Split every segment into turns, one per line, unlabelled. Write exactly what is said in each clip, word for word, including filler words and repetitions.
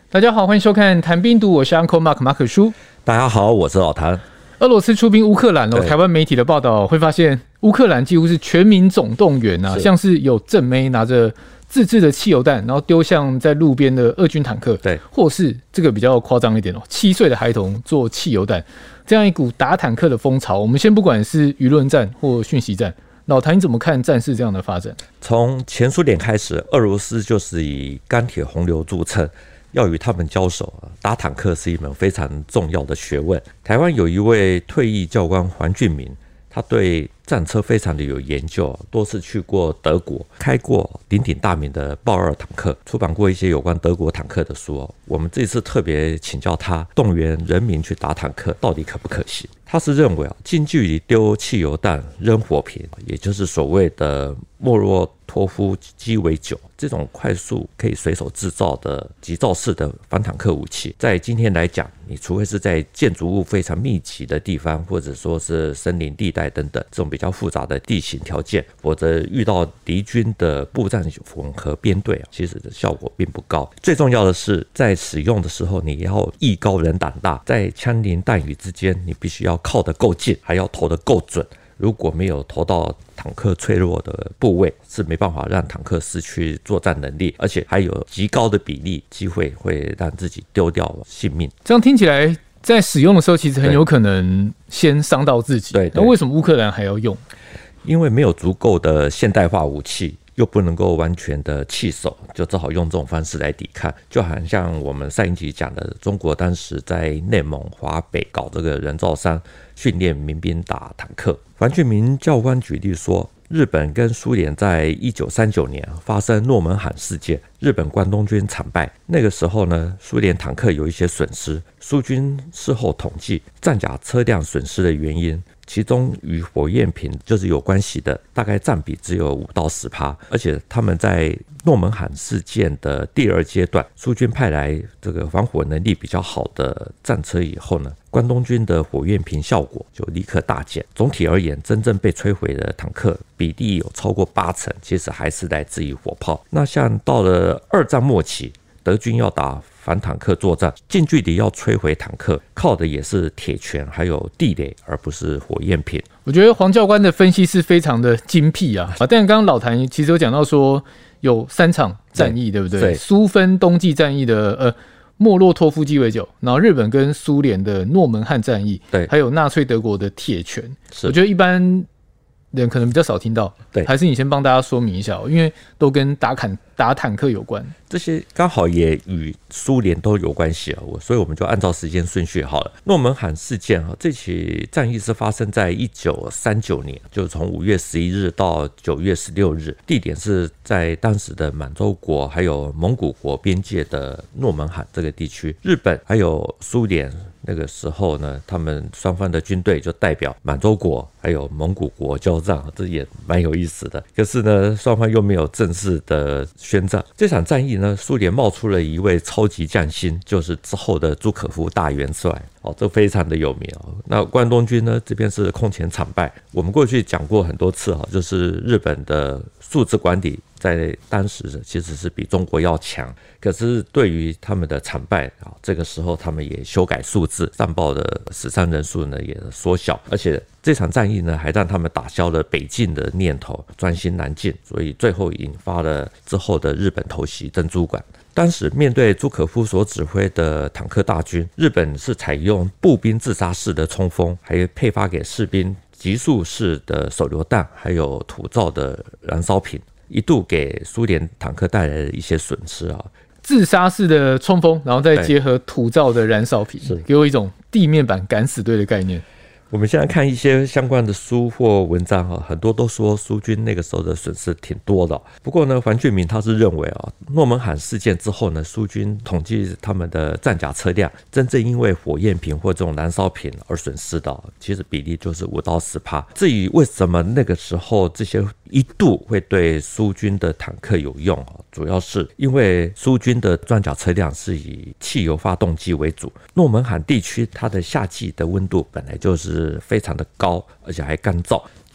大家好，欢迎收看谈兵读，我是 Uncle Mark 马可叔。
大家好，我是老谭。
俄罗斯出兵乌克兰哦，台湾媒体的报道会发现，乌克兰几乎是全民总动员啊，像是有正妹拿着自制的汽油弹，然后丢向在路边的俄军坦克，
对，
或是这个比较夸张一点哦，七岁的孩童做汽油弹，这样一股打坦克的风潮。我们先不管是舆论战或讯息战，老谭你怎么看战事这样的发展？
从前苏联开始，俄罗斯就是以钢铁洪流著称。要与他们交手，打坦克是一门非常重要的学问。台湾有一位退役教官黄俊明，他对战车非常的有研究，多次去过德国，开过鼎鼎大名的豹二坦克，出版过一些有关德国坦克的书。我们这次特别请教他，动员人民去打坦克到底可不可行？他是认为近距离丢汽油弹、扔火瓶，也就是所谓的莫洛托夫鸡尾酒，这种快速可以随手制造的急造式的反坦克武器，在今天来讲，你除非是在建筑物非常密集的地方，或者说是森林地带等等这种比较复杂的地形条件，否则遇到敌军的步战混合编队，其实效果并不高。最重要的是，在使用的时候，你要艺高人胆大，在枪林弹雨之间，你必须要靠得够近，还要投得够准。如果没有投到坦克脆弱的部位，是没办法让坦克失去作战能力，而且还有极高的比例机会会让自己丢掉性命。
这样听起来，在使用的时候，其实很有可能先伤到自己。
对，
那为什么乌克兰还要用？
因为没有足够的现代化武器，又不能够完全的弃守，就只好用这种方式来抵抗。就好像我们上一集讲的，中国当时在内蒙华北搞这个人造山，训练民兵打坦克。黄俊明教官举例说，日本跟苏联在一九三九年发生诺门罕事件，日本关东军惨败。那个时候呢，苏联坦克有一些损失，苏军事后统计战甲车辆损失的原因，其中与火焰瓶就是有关系的，大概占比只有五到十趴。而且他们在诺门罕事件的第二阶段，苏军派来这个防火能力比较好的战车以后呢，关东军的火焰瓶效果就立刻大减。总体而言，真正被摧毁的坦克比例有超过八成，其实还是来自于火炮。那像到了二战末期，德军要打反坦克作战，近距离要摧毁坦克，靠的也是铁拳还有地雷，而不是火焰瓶。
我觉得黄教官的分析是非常的精辟啊！但刚刚老谭其实有讲到说，有三场战役， 对, 对不对？
对，
苏芬冬季战役的呃莫洛托夫鸡尾酒，然后日本跟苏联的诺门罕战役，
对，
还有纳粹德国的铁拳。我觉得一般人可能比较少听到，
对，
还是你先帮大家说明一下，因为都跟打坦打坦克有关。
这些刚好也与苏联都有关系，所以我们就按照时间顺序好了。诺门罕事件，这起战役是发生在一九三九年，就是从五月十一日到九月十六日，地点是在当时的满洲国还有蒙古国边界的诺门罕这个地区。日本还有苏联那个时候呢，他们双方的军队就代表满洲国还有蒙古国交战，这也蛮有意思的。可是呢，双方又没有正式的宣战。这场战役呢，苏联冒出了一位超级将星，就是之后的朱可夫大元帅。哦，这非常的有名哦。那关东军呢，这边是空前惨败。我们过去讲过很多次，就是日本的数字管理在当时其实是比中国要强，可是对于他们的惨败，这个时候他们也修改数字，战报的死伤人数呢也缩小，而且这场战役呢还让他们打消了北进的念头，专心南进，所以最后引发了之后的日本偷袭珍珠港。当时面对朱可夫所指挥的坦克大军，日本是采用步兵自杀式的冲锋，还配发给士兵急速式的手榴弹，还有土造的燃烧瓶，一度给苏联坦克带来了一些损失啊。
自杀式的冲锋，然后再结合土造的燃烧瓶，给我一种地面版敢死队的概念。
我们现在看一些相关的书或文章，很多都说苏军那个时候的损失挺多的。不过呢，黄俊明他是认为诺门罕事件之后呢，苏军统计他们的战甲车辆真正因为火焰瓶或这种燃烧瓶而损失的，其实比例就是五到十趴。至于为什么那个时候这些一度会对苏军的坦克有用，主要是因为苏军的装甲车辆是以汽油发动机为主，诺门罕地区它的夏季的温度本来就是非常的高，而且还干燥，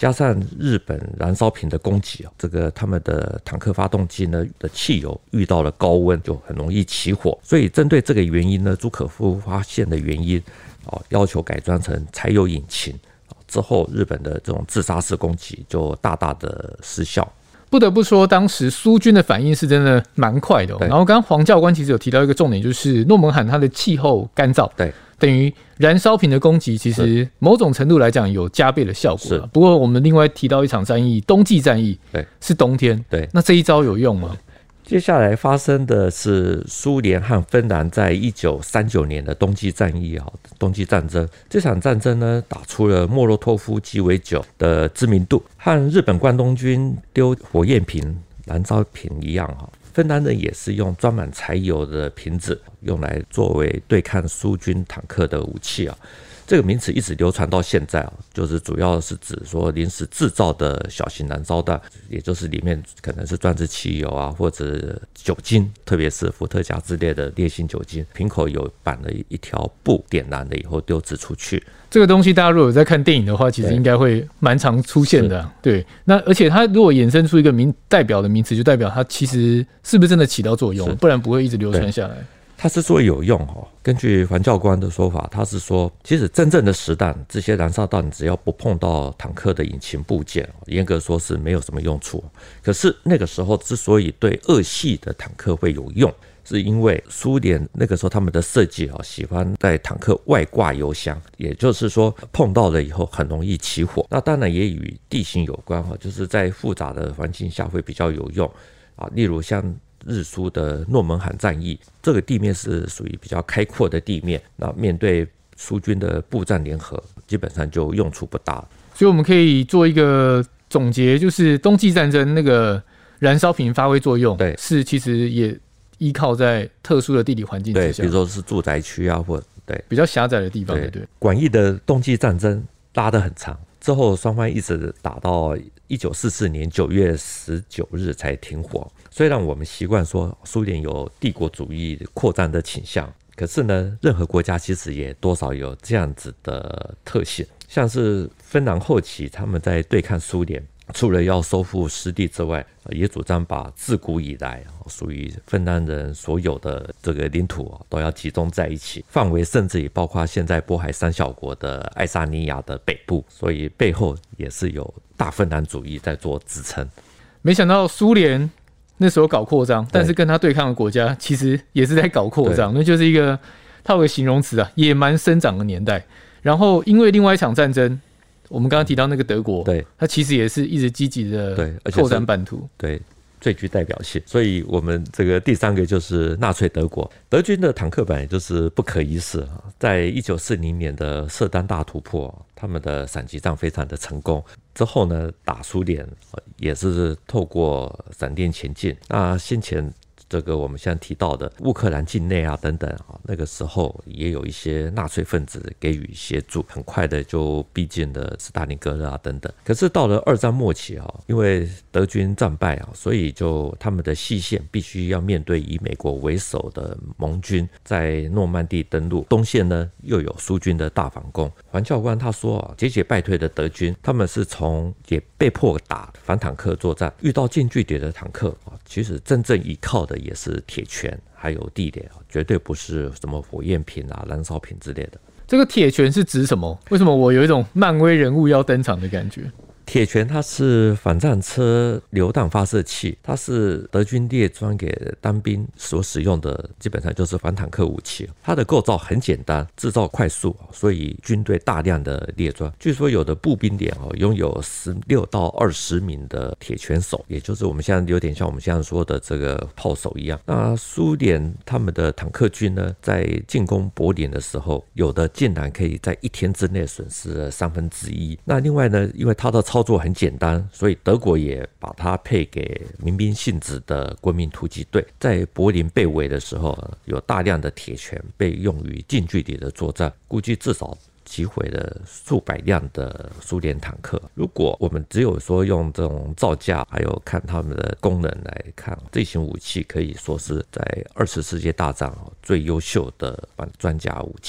加上日本燃烧瓶的攻击，这个他们的坦克发动机呢的汽油遇到了高温，就很容易起火。所以针对这个原因呢，朱可夫发现的原因，要求改装成柴油引擎。之后，日本的这种自杀式攻击就大大的失效。
不得不说，当时苏军的反应是真的蛮快的、哦。然后，刚刚黄教官其实有提到一个重点，就是诺门罕它的气候干燥，
对，
等于燃烧瓶的攻击，其实某种程度来讲有加倍的效果。不过，我们另外提到一场战役，冬季战役，
对，
是冬天，
对，
那这一招有用吗？
接下来发生的是苏联和芬兰在一九三九年的冬季战役啊，冬季战争。这场战争呢，打出了莫洛托夫鸡尾酒的知名度，和日本关东军丢火焰瓶、燃烧瓶一样哈。芬兰人也是用装满柴油的瓶子，用来作为对抗苏军坦克的武器啊。这个名词一直流传到现在，就是主要是指说临时制造的小型燃烧弹，也就是里面可能是装置汽油啊，或者酒精，特别是伏特加之类的烈性酒精，瓶口有绑了一条布，点燃了以后丢掷出去。这
个东西大家如果有在看电影的话，其实应该会蛮常出现的、啊。对，那而且它如果衍生出一个名代表的名词，就代表它其实是不是真的起到作用，不然不会一直流传下来。
他是说有用哦，根据黄教官的说法，他是说，其实真正的实弹，这些燃烧弹只要不碰到坦克的引擎部件，严格说是没有什么用处。可是那个时候之所以对俄系的坦克会有用，是因为苏联那个时候他们的设计啊，喜欢在坦克外挂油箱，也就是说碰到了以后很容易起火。那当然也与地形有关哈，就是在复杂的环境下会比较有用啊，例如像日苏的诺门罕战役，这个地面是属于比较开阔的地面，那面对苏军的步战联合，基本上就用处不大。
所以我们可以做一个总结，就是冬季战争那个燃烧瓶发挥作用，对，是其实也依靠在特殊的地理环境之下，
对，比如说是住宅区啊，或对
比较狭窄的地方，对对。
广义的冬季战争拉得很长，之后双方一直打到一九四四年九月十九日才停火。虽然我们习惯说苏联有帝国主义扩张的倾向，可是呢，任何国家其实也多少有这样子的特性。像是芬兰后期他们在对抗苏联，除了要收复失地之外，也主张把自古以来属于芬兰人所有的这个领土都要集中在一起，范围甚至也包括现在波海三小国的爱沙尼亚的北部，所以背后也是有大芬兰主义在做支撑。
没想到苏联那时候搞扩张，但是跟他对抗的国家其实也是在搞扩张，那就是一个它有个形容词啊，野蛮生长的年代。然后因为另外一场战争，我们刚刚提到那个德国，对，它其实也是一直积极的拓展版图，
对，最具代表性。所以我们这个第三个就是纳粹德国，德军的坦克版也就是不可一世，在一九四零年的瑟丹大突破，他们的闪击战非常的成功。之后呢，打苏联也是透过闪电前进。那先前这个我们现在提到的乌克兰境内啊等等啊，那个时候也有一些纳粹分子给予协助，很快的就逼近了斯大林格勒啊等等。可是到了二战末期啊，因为德军战败啊，所以就他们的西线必须要面对以美国为首的盟军在诺曼底登陆，东线呢又有苏军的大反攻。黄教官他说啊，节节败退的德军，他们是从也被迫打反坦克作战，遇到近距离的坦克啊，其实真正依靠的也是铁拳还有地雷，绝对不是什么火焰瓶啊、燃烧瓶之类的。
这个铁拳是指什么？为什么我有一种漫威人物要登场的感觉？
铁拳它是反战车榴弹发射器，它是德军列装给单兵所使用的，基本上就是反坦克武器。它的构造很简单，制造快速，所以军队大量的列装。据说有的步兵连拥有十六到二十名的铁拳手，也就是我们现在有点像我们现在说的这个炮手一样。那苏联他们的坦克军呢，在进攻柏林的时候，有的竟然可以在一天之内损失了三分之一。那另外呢，因为它的操作很简单，所以德国也把它配给民兵性质的国民突击队。在柏林被围的时候，有大量的铁拳被用于近距离的作战，估计至少击毁了数百辆的苏联坦克。如果我们只有说用这种造价还有看他们的功能来看，这型武器可以说是在二次世界大战最优秀的反装甲武器。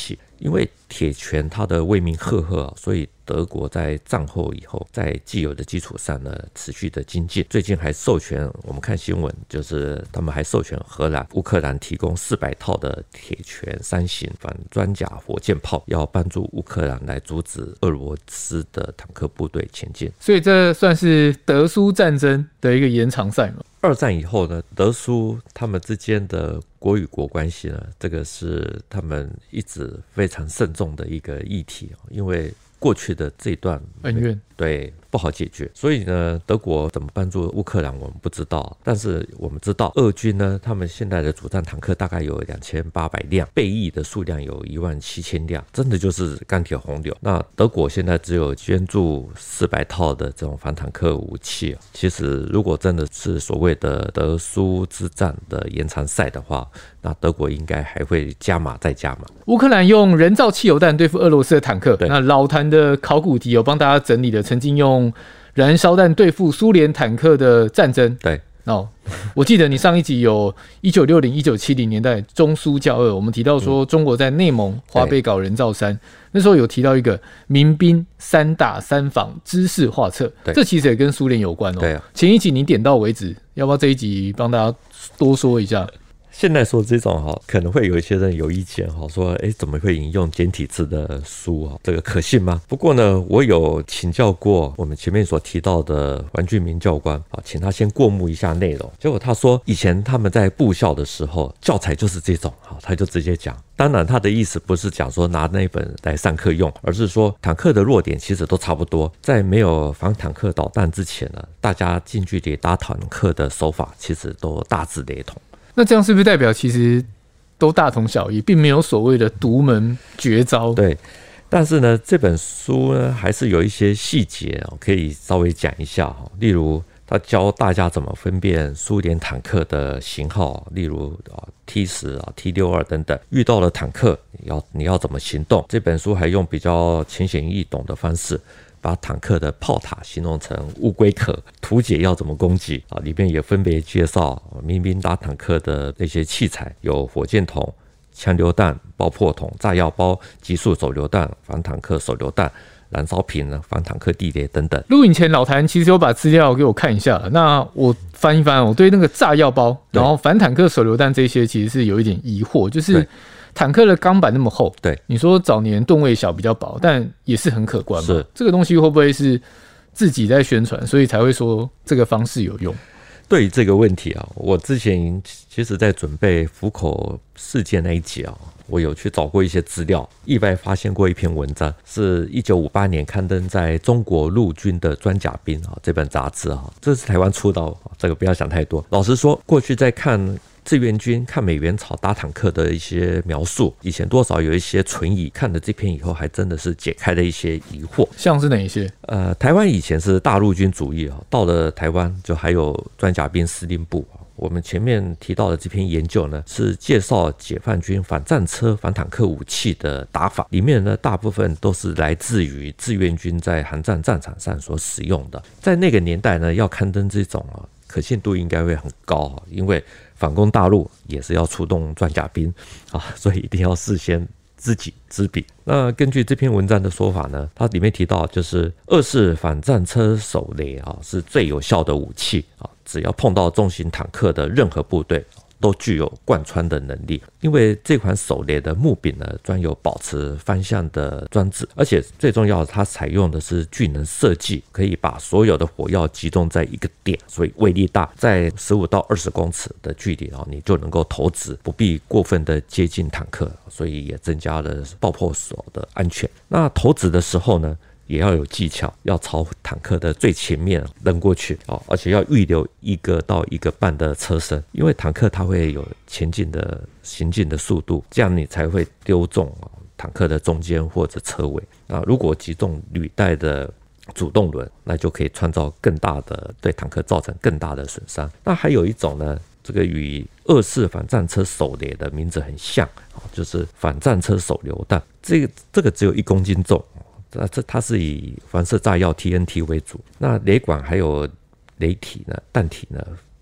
因为铁拳它的威名赫赫，所以德国在战后以后，在既有的基础上呢，持续的精进。最近还授权，我们看新闻，就是他们还授权荷兰、乌克兰提供四百套的铁拳三型反装甲火箭炮，要帮助乌克兰来阻止俄罗斯的坦克部队前进。
所以这算是德苏战争的一个延长赛嘛？
二战以后呢，德苏他们之间的国与国关系呢，这个是他们一直非常慎重的一个议题，因为过去的这段
恩怨
对不好解决，所以呢，德国怎么帮助乌克兰我们不知道，但是我们知道俄军呢，他们现在的主战坦克大概有两千八百辆，备役的数量有一万七千辆，真的就是钢铁洪流。那德国现在只有捐助四百套的这种反坦克武器，其实如果真的是所谓的德苏之战的延长赛的话，那德国应该还会加码再加码。
乌克兰用人造汽油弹对付俄罗斯的坦克，那老谭的考古题有帮大家整理了曾经用燃烧弹对付苏联坦克的战争。
对
哦，我记得你上一集有一九六零、一九七零年代中苏交恶，我们提到说中国在内蒙花呗搞人造山，那时候有提到一个民兵三大三防知识画册，这其实也跟苏联有关哦。
对啊，
前一集你点到为止，要不要这一集帮大家多说一下？
现在说这种哈，可能会有一些人有意见哈，说哎，怎么会引用简体字的书啊？这个可信吗？不过呢，我有请教过我们前面所提到的王俊明教官啊，请他先过目一下内容。结果他说，以前他们在部校的时候，教材就是这种哈，他就直接讲。当然，他的意思不是讲说拿那本来上课用，而是说坦克的弱点其实都差不多。在没有防坦克导弹之前呢，大家近距离打坦克的手法其实都大致雷同。
那这样是不是代表其实都大同小异，并没有所谓的独门绝招？
对，但是呢，这本书呢还是有一些细节可以稍微讲一下，例如他教大家怎么分辨苏联坦克的型号，例如 T 十、T 六十二 等等，遇到了坦克你要你要怎么行动。这本书还用比较浅显易懂的方式把坦克的炮塔形容成乌龟壳，图解要怎么攻击啊？里面也分别介绍民兵打坦克的那些器材，有火箭筒、枪榴弹、爆破筒、炸药包、急速手榴弹、反坦克手榴弹、燃烧瓶、反坦克地雷等等。
录影前老谭其实有把资料给我看一下了，那我翻一翻，我对那个炸药包，然后反坦克手榴弹这些其实是有一点疑惑，就是坦克的钢板那么厚，
对，
你说早年吨位小比较薄，但也是很可观嘛。
是
这个东西会不会是自己在宣传，所以才会说这个方式有用？
对于这个问题啊，我之前其实在准备福口事件那一集啊，我有去找过一些资料，意外发现过一篇文章，是一九五八年刊登在中国陆军的装甲兵啊这本杂志啊，这是台湾出的，这个不要想太多。老实说，过去在看志愿军看美援朝打坦克的一些描述，以前多少有一些存疑，看了这篇以后还真的是解开了一些疑惑。
像是哪一些？
呃，台湾以前是大陆军主义，到了台湾就还有装甲兵司令部。我们前面提到的这篇研究呢，是介绍解放军反战车、反坦克武器的打法，里面呢大部分都是来自于志愿军在韩战战场上所使用的。在那个年代呢，要刊登这种可信度应该会很高，因为反攻大陆也是要出动装甲兵啊，所以一定要事先知己知彼。那根据这篇文章的说法呢，它里面提到就是二式反战车手雷啊是最有效的武器啊，只要碰到重型坦克的任何部队都具有贯穿的能力，因为这款手雷的木柄呢装有保持方向的装置，而且最重要的，它采用的是聚能设计，可以把所有的火药集中在一个点，所以威力大，在十五到二十公尺的距离你就能够投掷，不必过分的接近坦克，所以也增加了爆破手的安全。那投掷的时候呢，也要有技巧，要朝坦克的最前面扔过去，而且要预留一个到一个半的车身，因为坦克它会有前进的行进的速度，这样你才会丢中坦克的中间或者车尾。那如果击中履带的主动轮，那就可以创造更大的对坦克造成更大的损伤。那还有一种呢，这个与二式反战车手雷的名字很像，就是反战车手榴弹。这个这个只有一公斤重。这它是以反射炸药 T N T 为主，那雷管还有雷体呢、弹体呢，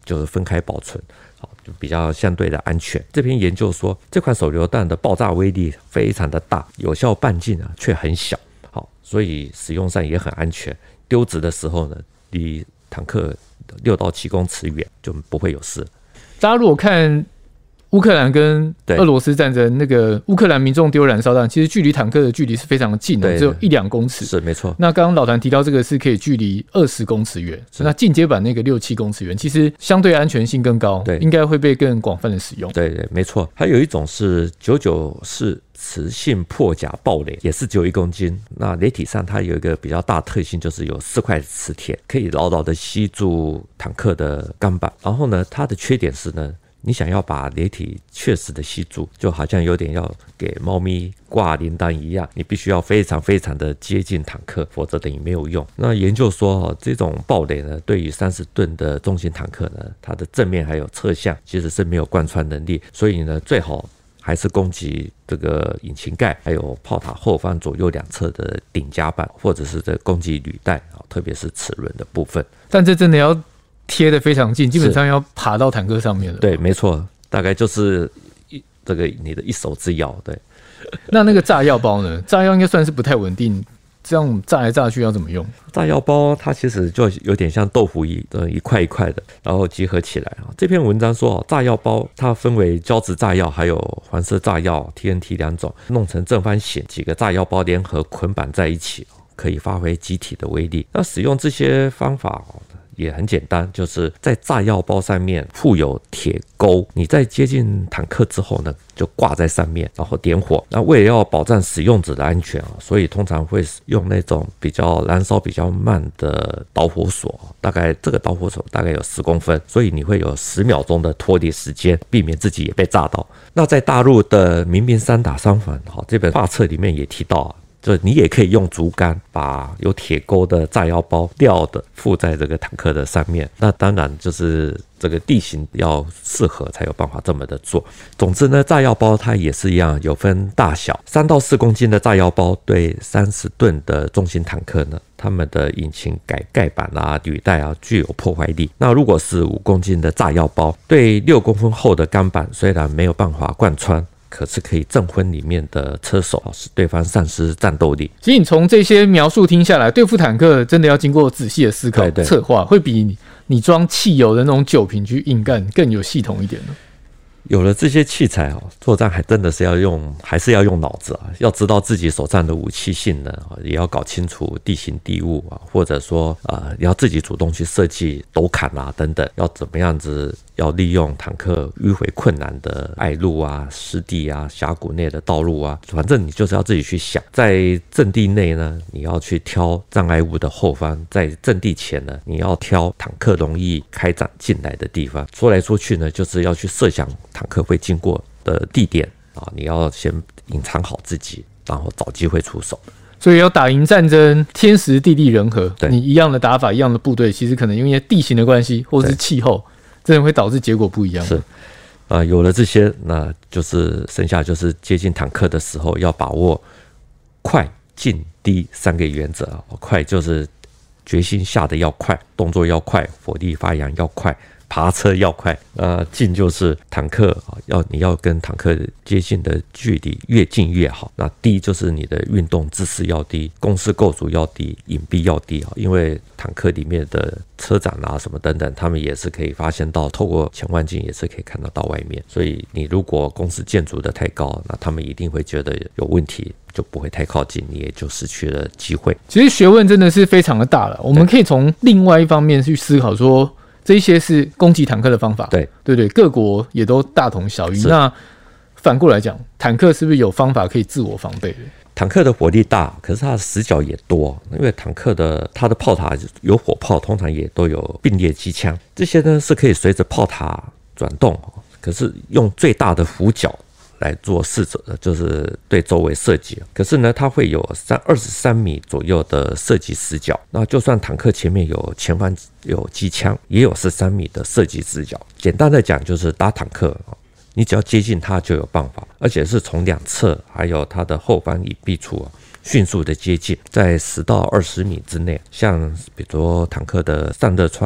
就是分开保存，就比较相对的安全。这篇研究说，这款手榴弹的爆炸威力非常的大，有效半径啊却很小，好，所以使用上也很安全。丢掷的时候呢，离坦克六到七公尺远就不会有事。
大家如果看乌克兰跟俄罗斯战争，那个乌克兰民众丢燃烧弹，其实距离坦克的距离是非常的近的，只有一两公尺。
是没错。
那刚刚老谭提到这个是可以距离二十公尺远，那进阶版那个六七公尺远，其实相对安全性更高，应该会被更广泛的使用。
对对，没错。还有一种是九九式磁性破甲爆雷，也是只有一公斤。那雷体上它有一个比较大的特性，就是有四块磁铁，可以牢牢的吸住坦克的钢板。然后呢，它的缺点是呢，你想要把雷体确实的吸住，就好像有点要给猫咪挂铃铛一样，你必须要非常非常的接近坦克，否则等于没有用。那研究说，这种爆雷呢，对于三十吨的重型坦克呢，它的正面还有侧向其实是没有贯穿能力，所以呢，最好还是攻击这个引擎盖，还有炮塔后方左右两侧的顶甲板，或者是这攻击履带，特别是齿轮的部分。
但这真的要贴得非常近，基本上要爬到坦克上面了。
对，没错，大概就是一这个你的一手之遥。对，
那那个炸药包呢？炸药应该算是不太稳定，这样炸来炸去要怎么用？
炸药包它其实就有点像豆腐一一块一块的，然后集合起来。这篇文章说，炸药包它分为胶质炸药还有环射炸药 T N T 两种，弄成正方形，几个炸药包联合捆绑在一起，可以发挥集体的威力。那使用这些方法也很简单，就是在炸药包上面附有铁钩，你在接近坦克之后呢，就挂在上面，然后点火。那为了要保障使用者的安全，所以通常会用那种比较燃烧比较慢的导火索，大概这个导火索大概有十公分，所以你会有十秒钟的脱离时间，避免自己也被炸到。那在大陆的《民兵三打三反》这本画册里面也提到，就你也可以用竹竿把有铁钩的炸药包吊的附在这个坦克的上面，那当然就是这个地形要适合才有办法这么的做。总之呢，炸药包它也是一样，有分大小，三到四公斤的炸药包对三十吨的重型坦克呢，它们的引擎盖盖板啊、履带啊具有破坏力。那如果是五公斤的炸药包，对六公分厚的钢板虽然没有办法贯穿，可是可以震昏里面的车手，使对方丧失战斗力。
其实你从这些描述听下来，对付坦克真的要经过仔细的思考策划，会比你你装汽油的那种酒瓶去硬干更有系统一点呢。
有了这些器材哦，作战还真的是要用，还是要用脑子啊！要知道自己手上的武器性能，也要搞清楚地形地物啊，或者说呃，要自己主动去设计陡坎啊等等，要怎么样子，要利用坦克迂回困难的隘路啊、湿地啊、峡谷内的道路啊，反正你就是要自己去想。在阵地内呢，你要去挑障碍物的后方；在阵地前呢，你要挑坦克容易开展进来的地方。说来说去呢，就是要去设想坦克会经过的地点啊，你要先隐藏好自己，然后找机会出手。
所以要打赢战争，天时地利人和，你一样的打法，一样的部队，其实可能因为地形的关系，或是气候，真的会导致结果不一样。
是啊，有了这些，那就是剩下就是接近坦克的时候，要把握快、近、低三个原则。快就是决心下的要快，动作要快，火力发扬要快，爬车要快。那近就是坦克要你要跟坦克接近的距离越近越好。那低就是你的运动姿势要低，工事构筑要低，隐蔽要低，因为坦克里面的车长啊什么等等，他们也是可以发现到，透过前望镜也是可以看得到外面。所以你如果工事建筑的太高，那他们一定会觉得有问题，就不会太靠近，你也就失去了机会。
其实学问真的是非常的大了，我们可以从另外一方面去思考说，这些是攻击坦克的方法，
对
对对，各国也都大同小异。那反过来讲，坦克是不是有方法可以自我防备的？
坦克的火力大，可是它的死角也多，因为坦克的它的炮塔有火炮，通常也都有并列机枪，这些呢是可以随着炮塔转动，可是用最大的俯角来做试者，就是对周围射击。可是呢，它会有二十三米左右的射击死角。那就算坦克前面有前方有机枪，也有十三米的射击死角。简单的讲，就是打坦克，你只要接近它就有办法，而且是从两侧还有它的后方隐蔽处啊，迅速的接近，在十到二十米之内。像比如说坦克的散热窗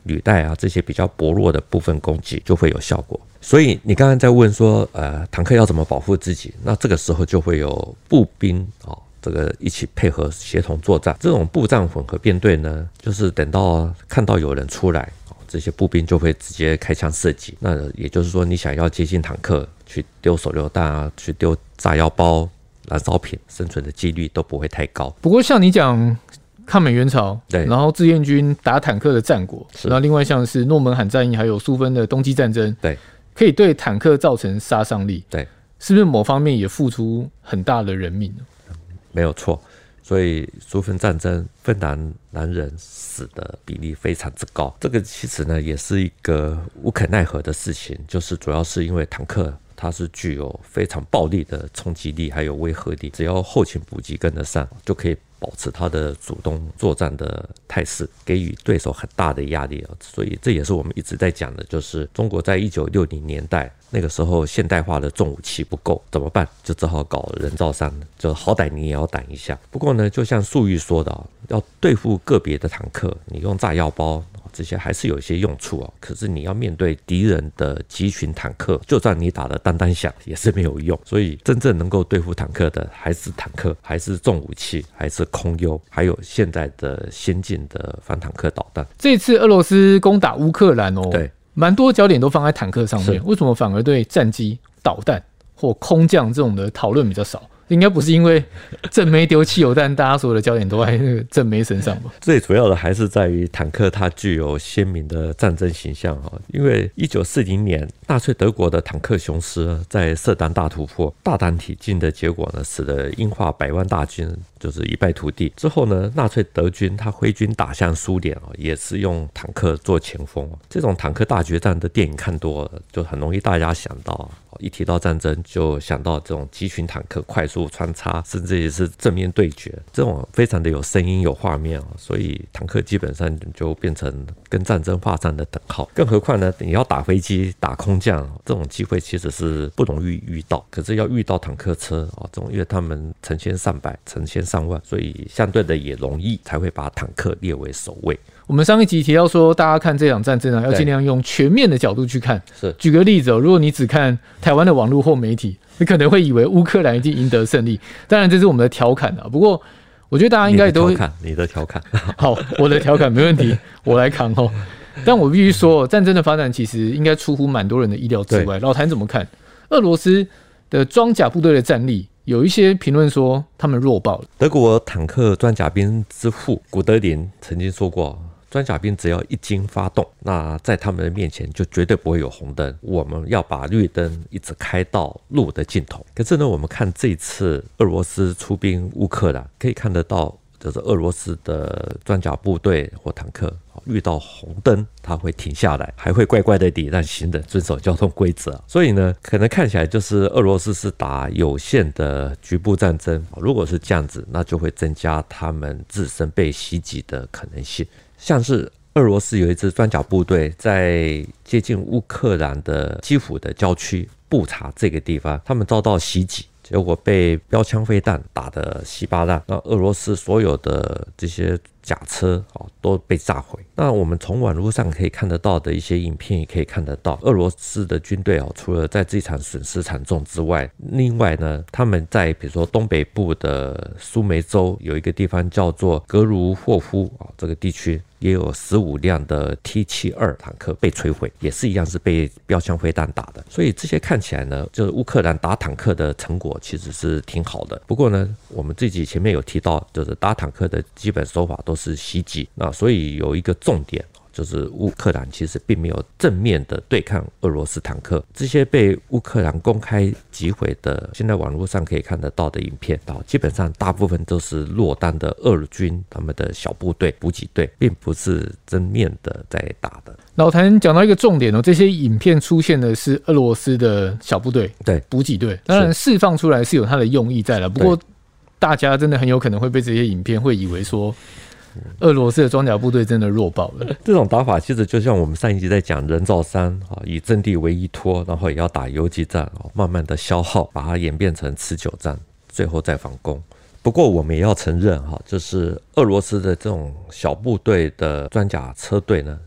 履带啊这些比较薄弱的部分攻击就会有效果。所以你刚刚在问说，呃，坦克要怎么保护自己？那这个时候就会有步兵哦，这个一起配合协同作战。这种步战混合编队呢，就是等到看到有人出来，这些步兵就会直接开枪射击。那也就是说，你想要接近坦克去丢手榴弹啊，去丢炸药包、燃烧品，生存的几率都不会太高。
不过像你讲抗美援朝，对，然后志愿军打坦克的战果，然后另外像是诺门罕战役，还有苏芬的冬季战争，
对，
可以对坦克造成杀伤力，
对，
是不是某方面也付出很大的人命呢？
没有错。所以苏芬战争芬兰男人死的比例非常之高，这个其实呢也是一个无可奈何的事情，就是主要是因为坦克它是具有非常暴力的冲击力还有威慑力，只要后勤补给跟得上，就可以保持它的主动作战的态势，给予对手很大的压力。所以这也是我们一直在讲的，就是中国在一九六零年代那个时候现代化的重武器不够，怎么办？就只好搞人造山，就好歹你也要挡一下。不过呢，就像粟裕说的，要对付个别的坦克，你用炸药包这些还是有一些用处哦。可是你要面对敌人的集群坦克，就算你打得单单响也是没有用。所以真正能够对付坦克的还是坦克，还是重武器，还是空优，还有现在的先进的反坦克导弹。
这次俄罗斯攻打乌克兰哦，
对，
蛮多焦点都放在坦克上面，为什么反而对战机、导弹或空降这种的讨论比较少？应该不是因为正妹丢汽油弹，大家所有的焦点都在那个正妹身上吧？
最主要的还是在于坦克它具有鲜明的战争形象。因为一九四零年纳粹德国的坦克雄狮在色丹大突破，大胆挺进的结果呢，使得英法百万大军就是一败涂地。之后呢，纳粹德军他挥军打向苏联，也是用坦克做前锋。这种坦克大决战的电影看多了，就很容易大家想到，一提到战争就想到这种集群坦克快速穿插，甚至也是正面对决，这种非常的有声音有画面，所以坦克基本上就变成跟战争画上的等号。更何况呢，你要打飞机打空降，这种机会其实是不容易遇到，可是要遇到坦克车，这种因为他们成千上百成千上万，所以相对的也容易，才会把坦克列为首位。
我们上一集提到说，大家看这场战争啊，要尽量用全面的角度去看。
是，
举个例子哦，如果你只看台湾的网络或媒体，你可能会以为乌克兰已经赢得胜利。当然，这是我们的调侃啊。不过，我觉得大家应该都会
你的调侃，
好，我的调侃没问题，我来扛哦。但我必须说，战争的发展其实应该出乎蛮多人的意料之外。老谭怎么看俄罗斯的装甲部队的战力？有一些评论说他们弱爆了。
德国坦克装甲兵之父古德林曾经说过，装甲兵只要一经发动，那在他们的面前就绝对不会有红灯，我们要把绿灯一直开到路的尽头。可是呢，我们看这次俄罗斯出兵乌克兰，可以看得到，就是俄罗斯的装甲部队或坦克遇到红灯，它会停下来，还会乖乖的地让行人遵守交通规则。所以呢，可能看起来就是俄罗斯是打有限的局部战争。如果是这样子，那就会增加他们自身被袭击的可能性。像是俄罗斯有一支装甲部队在接近乌克兰的基辅的郊区布查这个地方，他们遭到袭击，结果被标枪飞弹打得稀巴烂。那俄罗斯所有的这些甲车都被炸毁。那我们从网络上可以看得到的一些影片也可以看得到，俄罗斯的军队除了在这场损失惨重之外，另外呢，他们在比如说东北部的苏梅州有一个地方叫做格卢霍夫这个地区，也有十五辆的 T 七十二 坦克被摧毁，也是一样是被标枪飞弹打的。所以这些看起来呢，就是乌克兰打坦克的成果其实是挺好的。不过呢，我们自己前面有提到，就是打坦克的基本手法都是袭击，那所以有一个重点，就是乌克兰其实并没有正面的对抗俄罗斯坦克。这些被乌克兰公开击毁的，现在网络上可以看得到的影片，基本上大部分都是落单的俄军他们的小部队补给队，并不是正面的在打的。
老谭讲到一个重点哦，这些影片出现的是俄罗斯的小部队，
对，
补给队，当然释放出来是有它的用意在了。不过大家真的很有可能会被这些影片会以为说，俄罗斯的装甲部队真的弱爆了。
这种打法其实就像我们上一集在讲人造山，以阵地为依托，然后也要打游击战，慢慢的消耗，把它演变成持久战，最后再反攻。不过我们也要承认，就是俄罗斯的这种小部队的装甲车队呢，如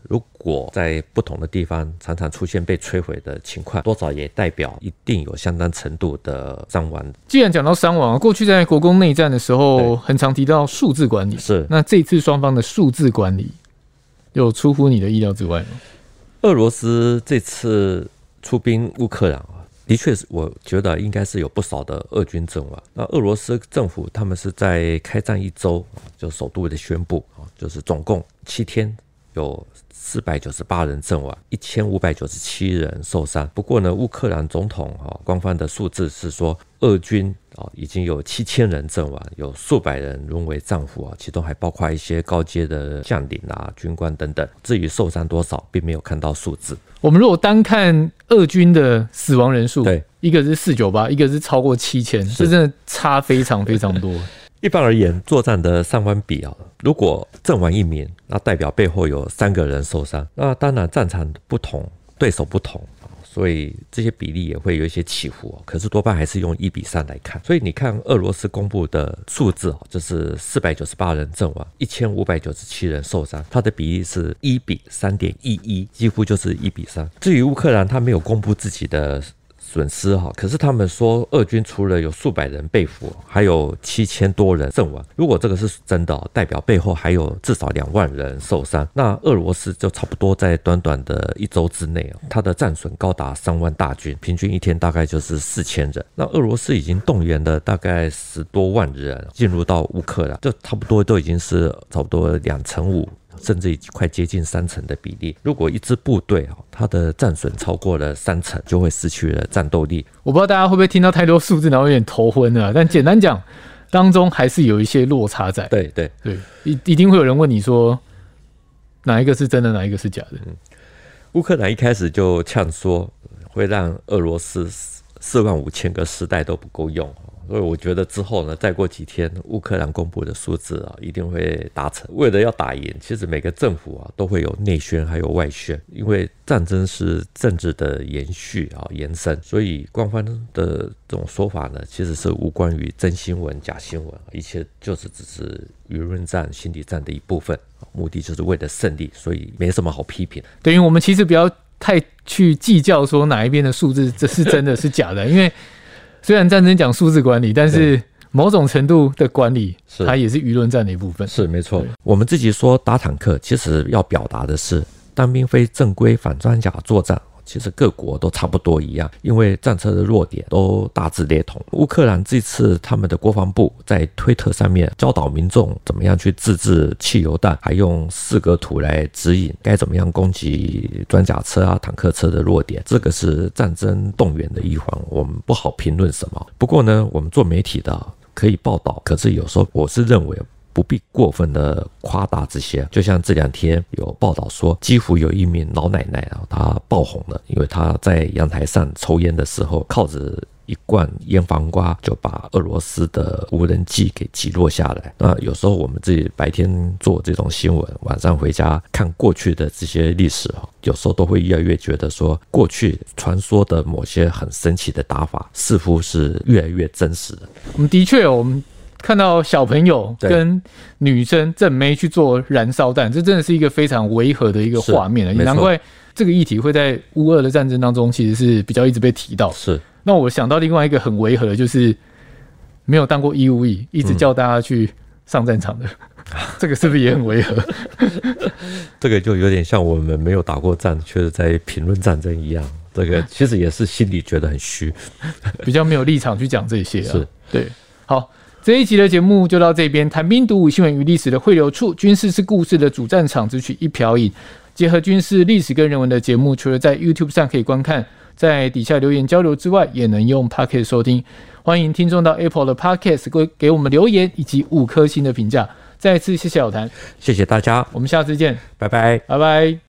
果在不同的地方常常出现被摧毁的情况，多少也代表一定有相当程度的伤亡。
既然讲到伤亡，过去在国共内战的时候很常提到数字管理，
是
那这次双方的数字管理有出乎你的意料之外吗？
俄罗斯这次出兵乌克兰，的确是我觉得应该是有不少的俄军阵亡。那俄罗斯政府他们是在开战一周就首度的宣布，就是总共七天有四百九十八人阵亡，一千五百九十七人受伤。不过呢，乌克兰总统官方的数字是说，俄军已经有七千人阵亡，有数百人沦为战俘，其中还包括一些高阶的将领啊、军官等等。至于受伤多少，并没有看到数字。
我们如果单看俄军的死亡人数，
对，
一个是四百九十八，一个是超过七千，这真的差非常非常多。
一般而言，作战的伤亡比啊，如果阵亡一名，那代表背后有三个人受伤。那当然战场不同，对手不同，所以这些比例也会有一些起伏，可是多半还是用一比三来看。所以你看俄罗斯公布的数字，就是四百九十八人阵亡，一千五百九十七人受伤，它的比例是一比三点一一，几乎就是一比三。至于乌克兰，他没有公布自己的损失，可是他们说俄军除了有数百人被俘，还有七千多人阵亡。如果这个是真的，代表背后还有至少两万人受伤。那俄罗斯就差不多在短短的一周之内，他的战损高达三万大军，平均一天大概就是四千人。那俄罗斯已经动员了大概十多万人进入到乌克兰，就差不多都已经是差不多两成五。甚至已经快接近三成的比例。如果一支部队它的战损超过了三成，就会失去了战斗力。
我不知道大家会不会听到太多数字然后有点头昏了，但简单讲，当中还是有一些落差在。
对对
对，一一定会有人问你说哪一个是真的，哪一个是假的。
嗯、乌克兰一开始就呛说会让俄罗斯四万五千个尸袋都不够用。所以我觉得之后呢，再过几天，乌克兰公布的数字啊，一定会达成。为了要打赢，其实每个政府啊都会有内宣还有外宣，因为战争是政治的延续啊延伸，所以官方的这种说法呢，其实是无关于真新闻假新闻，一切就是只是舆论战、心理战的一部分，目的就是为了胜利，所以没什么好批评。
等于我们其实不要太去计较说哪一边的数字这是真的是假的，因为虽然战争讲数字管理，但是某种程度的管理，它也是舆论战的一部分。
是没错。我们自己说打坦克，其实要表达的是，当兵非正规反装甲作战，其实各国都差不多一样，因为战车的弱点都大致类同。乌克兰这次他们的国防部在推特上面教导民众怎么样去自制汽油弹，还用四格图来指引该怎么样攻击装甲车啊、坦克车的弱点。这个是战争动员的一环，我们不好评论什么。不过呢，我们做媒体的可以报道，可是有时候我是认为不必过分的夸大这些。就像这两天有报道说，基辅有一名老奶奶啊，她爆红了，因为她在阳台上抽烟的时候，靠着一罐烟黄瓜就把俄罗斯的无人机给击落下来。那有时候我们自己白天做这种新闻，晚上回家看过去的这些历史，有时候都会越来越觉得说，过去传说的某些很神奇的打法，似乎是越来越真实的。
我们的确，我们看到小朋友跟女生正妹去做燃烧弹，这真的是一个非常违和的一个画面了，也难怪这个议题会在乌俄的战争当中其实是比较一直被提到。
是。
那我想到另外一个很违和的，就是没有当过义务役，一直叫大家去上战场的，嗯、这个是不是也很违和？
这个就有点像我们没有打过战，却是在评论战争一样。这个其实也是心里觉得很虚，
比较没有立场去讲这些、啊。
是，
对。好，这一集的节目就到这边。谈兵读武，新闻与历史的汇流处，军事是故事的主战场，只取一瓢饮。结合军事、历史跟人文的节目，除了在 YouTube 上可以观看，在底下留言交流之外，也能用 Podcast 收听。欢迎听众到 Apple 的 Podcast 给我们留言以及五颗星的评价。再次谢谢老谭，
谢谢大家，
我们下次见，
拜拜，
拜拜。